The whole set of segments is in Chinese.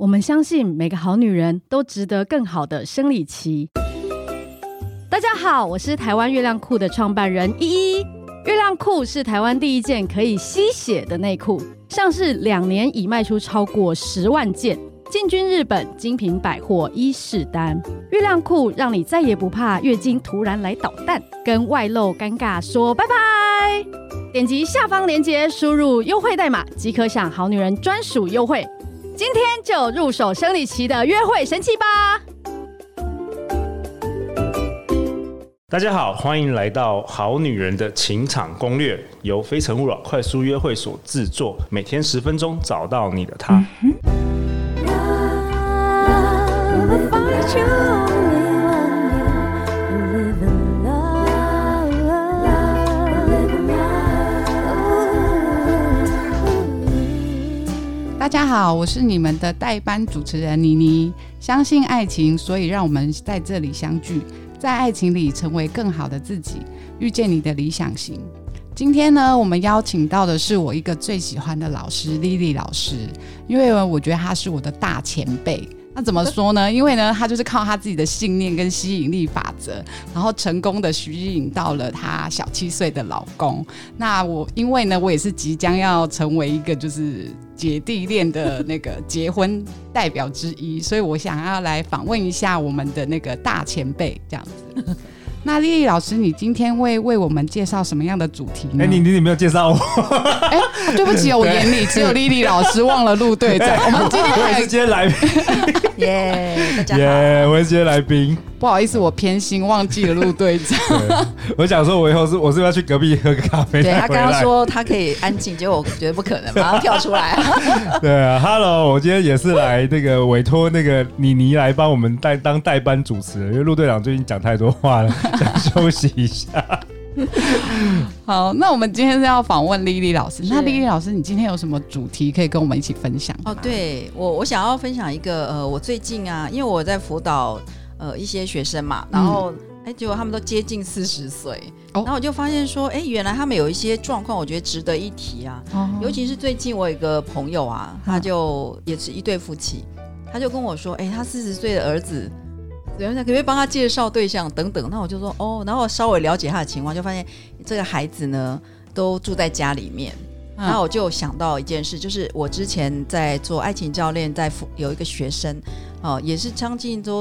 我们相信每个好女人都值得更好的生理期。大家好，我是台湾月亮裤的创办人依依。月亮裤是台湾第一件可以吸血的内裤，上市2年已卖出超过10万件，进军日本精品百货伊势丹。月亮裤让你再也不怕月经突然来捣蛋，跟外露尴尬说拜拜。点击下方链接，输入优惠代码即可享好女人专属优惠。今天就入手生理期的约会神器吧！ 大家好，欢迎来到好女人的情场攻略，由非诚勿扰快速约会所制作，每天10分钟，找到你的他。 大家好，我是你们的代班主持人妮妮。相信爱情，所以让我们在这里相聚，在爱情里成为更好的自己，遇见你的理想型。今天呢，我们邀请到的是我一个最喜欢的老师，Lily老师，因为我觉得她是我的大前辈。那怎么说呢？因为呢，她就是靠她自己的信念跟吸引力法则，然后成功的吸引到了她小7岁的老公。那因为呢，我也是即将要成为一个就是姐弟恋的那个结婚代表之一，所以我想要来访问一下我们的那个大前辈这样子。那莉莉老师，你今天会为我们介绍什么样的主题呢？ 你没有介绍我。 对不起，我眼里只有莉莉老师，忘了陆队长。我们今天我也是今天来宾。 大家好。 我也是今天来宾。 不好意思，我偏心忘记了陆队长。 我想说，我以后我是不是要去隔壁喝个咖啡？ 对，他刚刚说他可以安静，结果我觉得不可能，马上跳出来。 对啊 ，Hello， 我今天也是来那个委托那个妮妮来帮我们当代班主持人，因为陆队长最近讲太多话了，想休息一下。 好，那我们今天是要访问莉莉老师。那莉莉老师，你今天有什么主题可以跟我们一起分享？ 对，我想要分享一个我最近啊，因为我在辅导一些学生嘛，然后结果他们都接近40岁，然后我就发现说，原来他们有一些状况，我觉得值得一提啊。尤其是最近我有一个朋友啊，他就也是一对夫妻，他就跟我说，他40岁的儿子。可不可以帮他介绍对象等等？那我就说然后我稍微了解他的情况，就发现这个孩子呢都住在家里面。然后我就想到一件事，就是我之前在做爱情教练，有一个学生也是将近都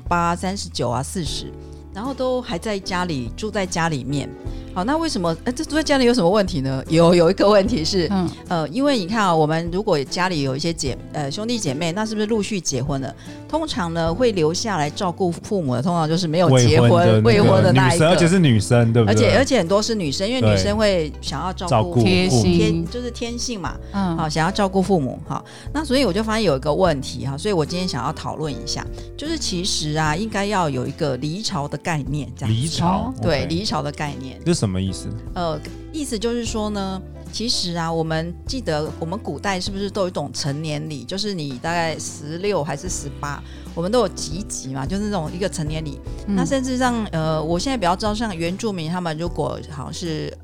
38、39啊、40，然后都还在家里住在家里面。好，那为什么这住在家里有什么问题呢？有一个问题是，因为你看啊，我们如果家里有一些兄弟姐妹，那是不是陆续结婚了？通常呢会留下来照顾父母的，通常就是没有结婚未婚的那一个， 而且是女生，对不对？ 而且很多是女生，因为女生会想要照顾贴心， 就是天性嘛，好，想要照顾父母。好，那所以我就发现有一个问题哈，所以我今天想要讨论一下，就是其实啊，应该要有一个离巢的概念，这样子。 离巢， 对，离巢的概念， 这是什么意思？ 意思就是说呢，其实啊，我们记得我们古代是不是都有一种成年礼，就是你大概16还是18，我们都有几级嘛，就是那种一个成年礼。那甚至上我现在比较知道，像原住民他们如果好像是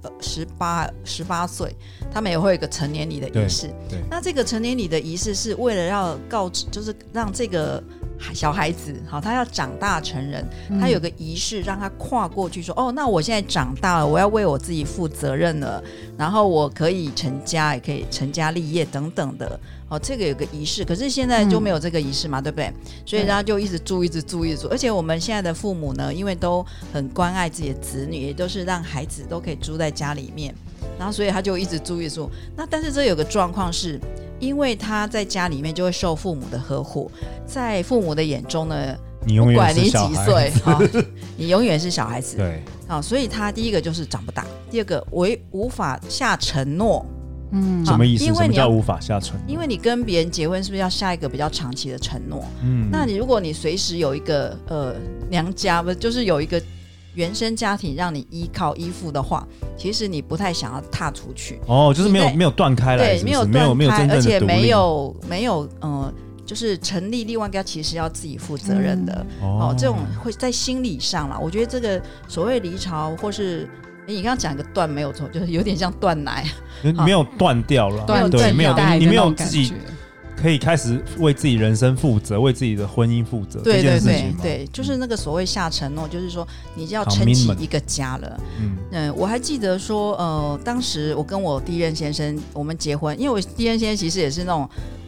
18岁，他们也会有一个成年礼的仪式。那这个成年礼的仪式是为了要告知，就是让这个小孩子好，他要长大成人，他有个仪式让他跨过去说，那我现在长大了，我要为我自己负责任了，然后我可以成家，也可以成家立业等等的。这个有个仪式，可是现在就没有这个仪式嘛，对不对？所以他就一直住，而且我们现在的父母呢，因为都很关爱自己的子女，也都是让孩子都可以住在家里面，然后所以他就一直住。那但是这有个状况是，因为他在家里面就会受父母的呵护，在父母的眼中呢， 你永远是小孩， 不管你几岁，你永远是小孩子。 对， 所以他第一个就是长不大，第二个无法下承诺。 什么意思？什么叫无法下承诺？ 因为你跟别人结婚，是不是要下一个比较长期的承诺？那如果你随时有一个娘家，不就是有一个原生家庭让你依靠依附的话，其实你不太想要踏出去。 就是没有断开来， 对，没有断开， 而且没有就是成立另外一个其实要自己负责任的。这种会在心理上啦，我觉得这个所谓离巢或是。你刚刚讲一个断没有错，就是有点像断奶， 没有断掉了， 对， 没有，你没有自己可以开始为自己人生负责，为自己的婚姻负责对这件事情吗？ 对，就是那个所谓下承诺，就是说你就要撑起一个家了。我还记得说，当时我跟我第一任先生我们结婚，因为我第一任先生其实也是那种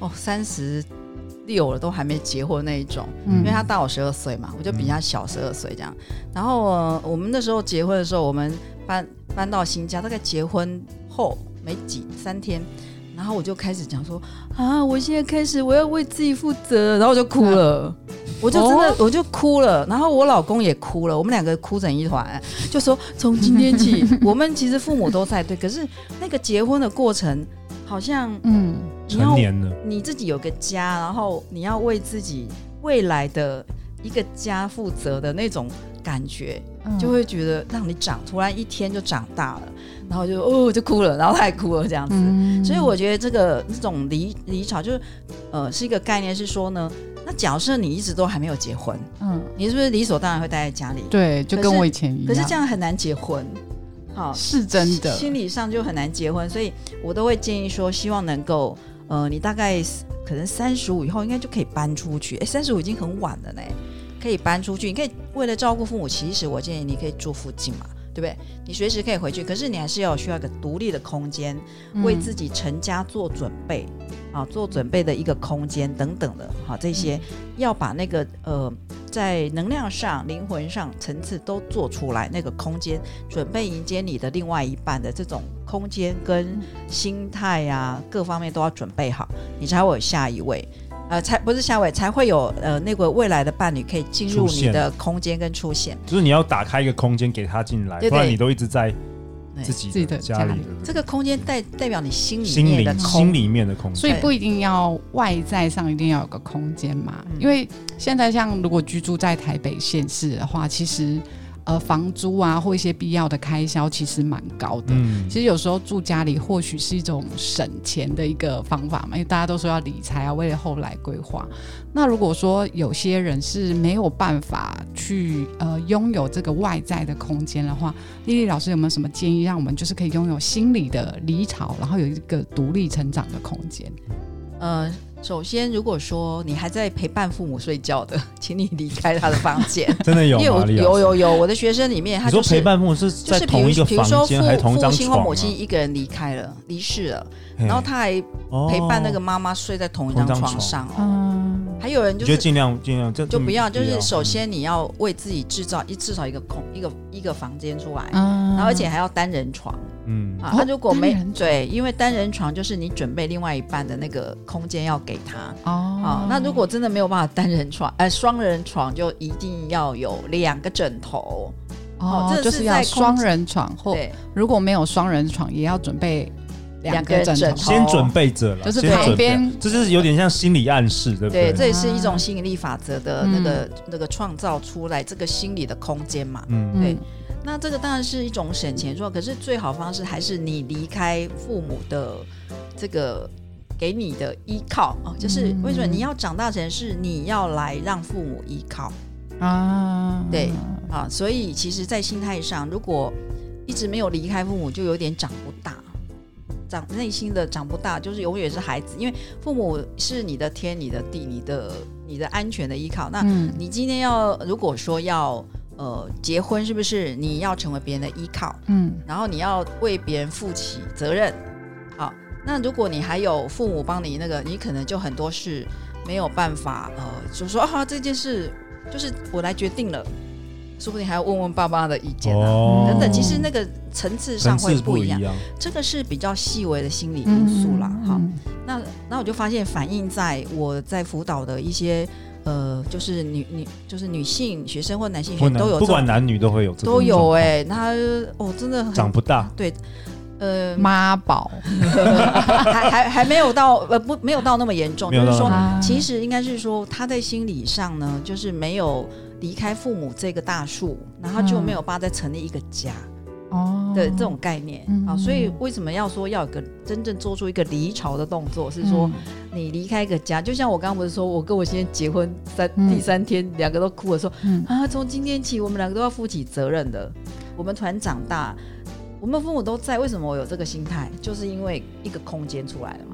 36了都还没结婚那一种，因为他大我12岁嘛，我就比他小12岁这样。然后我们那时候结婚的时候，我们搬到新家，大概结婚后没3天。然后我就开始讲说我现在开始我要为自己负责，然后我就哭了，我就真的我就哭了，然后我老公也哭了，我们2个哭成一团，就说从今天起我们其实父母都在对，可是那个结婚的过程好像成年了， 你自己有个家，然后你要为自己未来的一个家负责的那种感觉，就会觉得让你突然一天就长大了，然后就哭了，然后他也哭了这样子。所以我觉得这种离巢就是是一个概念，是说呢，那假设你一直都还没有结婚，你是不是理所当然会待在家里？ 对，就跟我以前一样。 可是这样很难结婚， 是真的， 心理上就很难结婚，所以我都会建议说，希望能够你大概可能35以后应该就可以搬出去。35已经很晚了呢，可以搬出去。你可以为了照顾父母，其实我建议你可以住附近嘛，对不对？你随时可以回去，可是你还是需要一个独立的空间，为自己成家做准备做准备的一个空间等等的这些要把那个在能量上、灵魂上层次都做出来，那个空间准备迎接你的另外一半的这种空间跟心态各方面都要准备好，你才会有下一位。才不是下位，才会有那个未来的伴侣可以进入你的空间跟出现。 就是你要打开一个空间给他进来，不然你都一直在自己的家里。 这个空间代表你心里面的空间， 所以不一定要外在上一定要有个空间嘛。因为现在像如果居住在台北县市的话，其实房租或一些必要的开销其实蛮高的。其实有时候住家里或许是一种省钱的一个方法嘛，因为大家都说要理财为了后来规划。那如果说有些人是没有办法去拥有这个外在的空间的话，丽丽老师有没有什么建议，让我们就是可以拥有心理的离巢，然后有一个独立成长的空间？ 首先，如果说你还在陪伴父母睡觉的，请你离开他的房间。 真的有吗？ 有，我的学生里面，他就是你说陪伴父母是在同一个房间，还是同一张床？ 父亲或母亲一个人离世了，然后他还陪伴那个妈妈睡在同一张床上还有人就是尽量就不要，就是首先你要为自己至少一个房间出来，然后而且还要单人床。他如果没对，因为单人床就是你准备另外一半的那个空间要给他那如果真的没有办法单人床，双人床就一定要有2个枕头就是要双人床，或如果没有双人床，也要准备2个枕头， 先准备着了， 就是旁边， 这就是有点像心理暗示，对不对？ 对，这也是一种吸引力法则的那个创造出来这个心理的空间嘛。对。那这个当然是一种省钱做，可是最好方式还是你离开父母的这个给你的依靠就是为什么你要长大成是你要来让父母依靠对所以其实在心态上，如果一直没有离开父母，就有点长不大，内心的长不大，就是永远是孩子，因为父母是你的天、你的地、你的安全的依靠。那你今天如果说要结婚，是不是你要成为别人的依靠？然后你要为别人负起责任。好，那如果你还有父母帮你你可能就很多事没有办法就说这件事就是我来决定了，说不定还要问问爸妈的意见等等。其实那个层次上会不一样，这个是比较细微的心理因素啦。好，那我就发现反映在我在辅导的一些就是女性学生或男性学生都有， 不管男女都会有这种都有他真的很长不大， 对妈宝还没有到没有到那么严重，就是说其实应该是说他在心理上呢，就是没有离开父母这个大树，然后就没有办法再成立一个家的这种概念所以为什么要说要有个真正做出一个离巢的动作，是说你离开一个家，就像我刚刚不是说我跟我先生结婚第3天2个都哭了，说从今天起我们2个都要负起责任的。我们突然长大，我们父母都在，为什么我有这个心态？就是因为一个空间出来了嘛。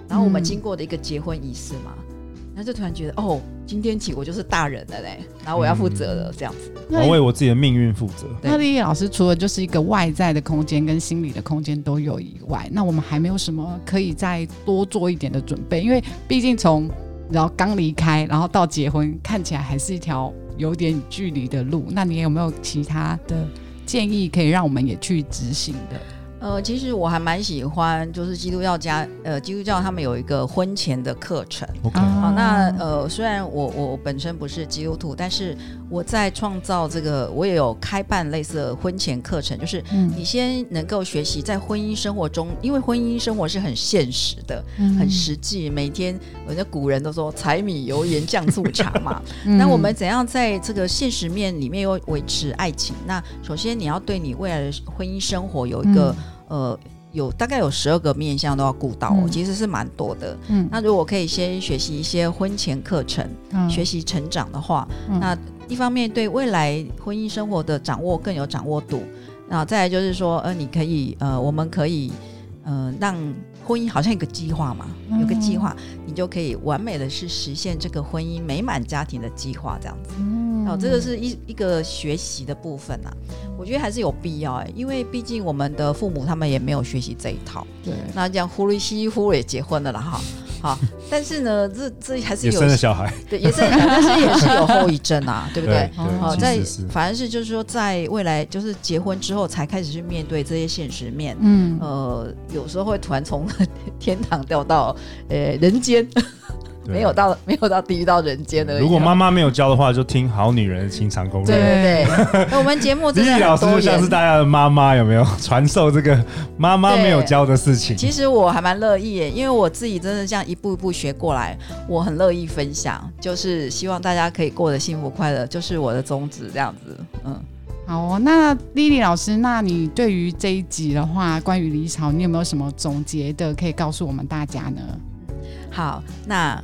然后我们经过的一个结婚仪式嘛，然后就突然觉得哦，今天起我就是大人了嘞，然后我要负责了，这样子， 我要为我自己的命运负责。 那莉莉老师除了就是一个外在的空间跟心理的空间都有以外，那我们还没有什么可以再多做一点的准备？因为毕竟从然后刚离开，然后到结婚，看起来还是一条有点距离的路。那你有没有其他的建议可以让我们也去执行的？ 其实我还蛮喜欢，就是基督教他们有一个婚前的课程。好，那虽然我本身不是基督徒，但是我在创造这个，我也有开办类似的婚前课程，就是你先能够学习在婚姻生活中，因为婚姻生活是很现实的，很实际，每天人家古人都说柴米油盐酱醋茶嘛。那我们怎样在这个现实面里面又维持爱情？那首先你要对你未来的婚姻生活有一个大概有12个面向都要顾到其实是蛮多的。那如果可以先学习一些婚前课程，学习成长的话，那一方面对未来婚姻生活的掌握更有掌握度，然后再来就是说你可以我们可以让婚姻好像一个计划嘛，有个计划你就可以完美的是实现这个婚姻美满家庭的计划，这样子。这个是一个学习的部分啊，我觉得还是有必要因为毕竟我们的父母他们也没有学习这一套。对，那这样呼噜西呼也结婚了啦哈。好，但是呢，这还是有也生了小孩， 对，也生了小孩，但是也是有后遗症啊，对不对？ 对， 反而是就是说，在未来就是结婚之后才开始去面对这些现实面。有时候会突然从天堂掉到人间。没有到地狱到人间而已。 如果妈妈没有教的话，就听好女人的情场攻略。 对，那我们节目真的很多莉莉老师就像是大家的妈妈，有没有传授这个妈妈没有教的事情？ 其实我还蛮乐意耶，因为我自己真的这样一步一步学过来，我很乐意分享，就是希望大家可以过得幸福快乐，就是我的宗旨这样子。 好那莉莉老师，那你对于这一集的话，关于离巢，你有没有什么总结的可以告诉我们大家呢？ 好，那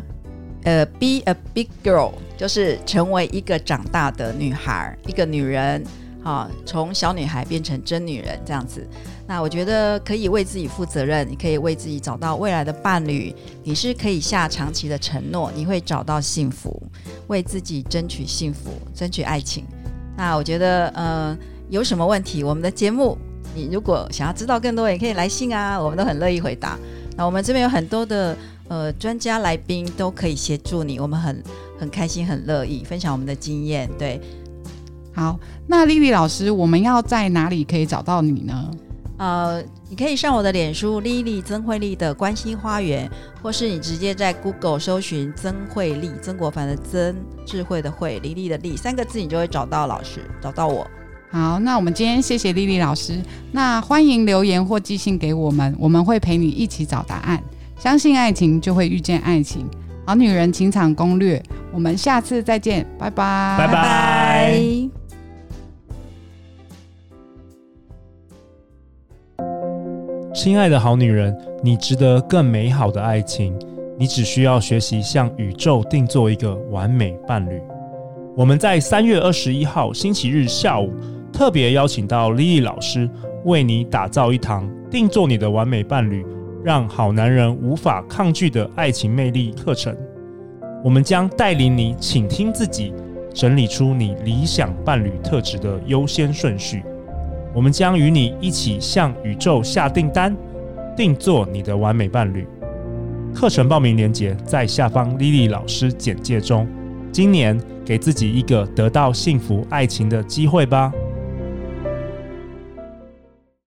be a big girl 就是成为一个长大的女孩，一个女人，从小女孩变成真女人这样子。那我觉得可以为自己负责任，你可以为自己找到未来的伴侣，你是可以下长期的承诺，你会找到幸福，为自己争取幸福，争取爱情。那我觉得有什么问题，我们的节目你如果想要知道更多，也可以来信啊，我们都很乐意回答。那我们这边有很多的专家来宾都可以协助你，我们很开心，很乐意分享我们的经验。对， 好，那莉莉老师，我们要在哪里可以找到你呢？ 你可以上我的脸书莉莉曾慧丽的关心花园，或是你直接在 Google 搜寻曾慧丽，曾国藩的曾，智慧的慧，莉莉的莉，3个字你就会找到老师，找到我。 好，那我们今天谢谢莉莉老师，那欢迎留言或寄信给我们，我们会陪你一起找答案。相信爱情，就会遇见爱情。好女人情场攻略，我们下次再见，拜拜， 拜拜。亲爱的好女人，你值得更美好的爱情，你只需要学习向宇宙定做一个完美伴侣。我们在3月21号星期日下午特别邀请到莉莉老师，为你打造一堂定做你的完美伴侣，让好男人无法抗拒的爱情魅力课程。我们将带领你倾听自己，整理出你理想伴侣特质的优先顺序。我们将与你一起向宇宙下订单，定做你的完美伴侣。课程报名链接在下方莉莉老师简介中。今年给自己一个得到幸福爱情的机会吧。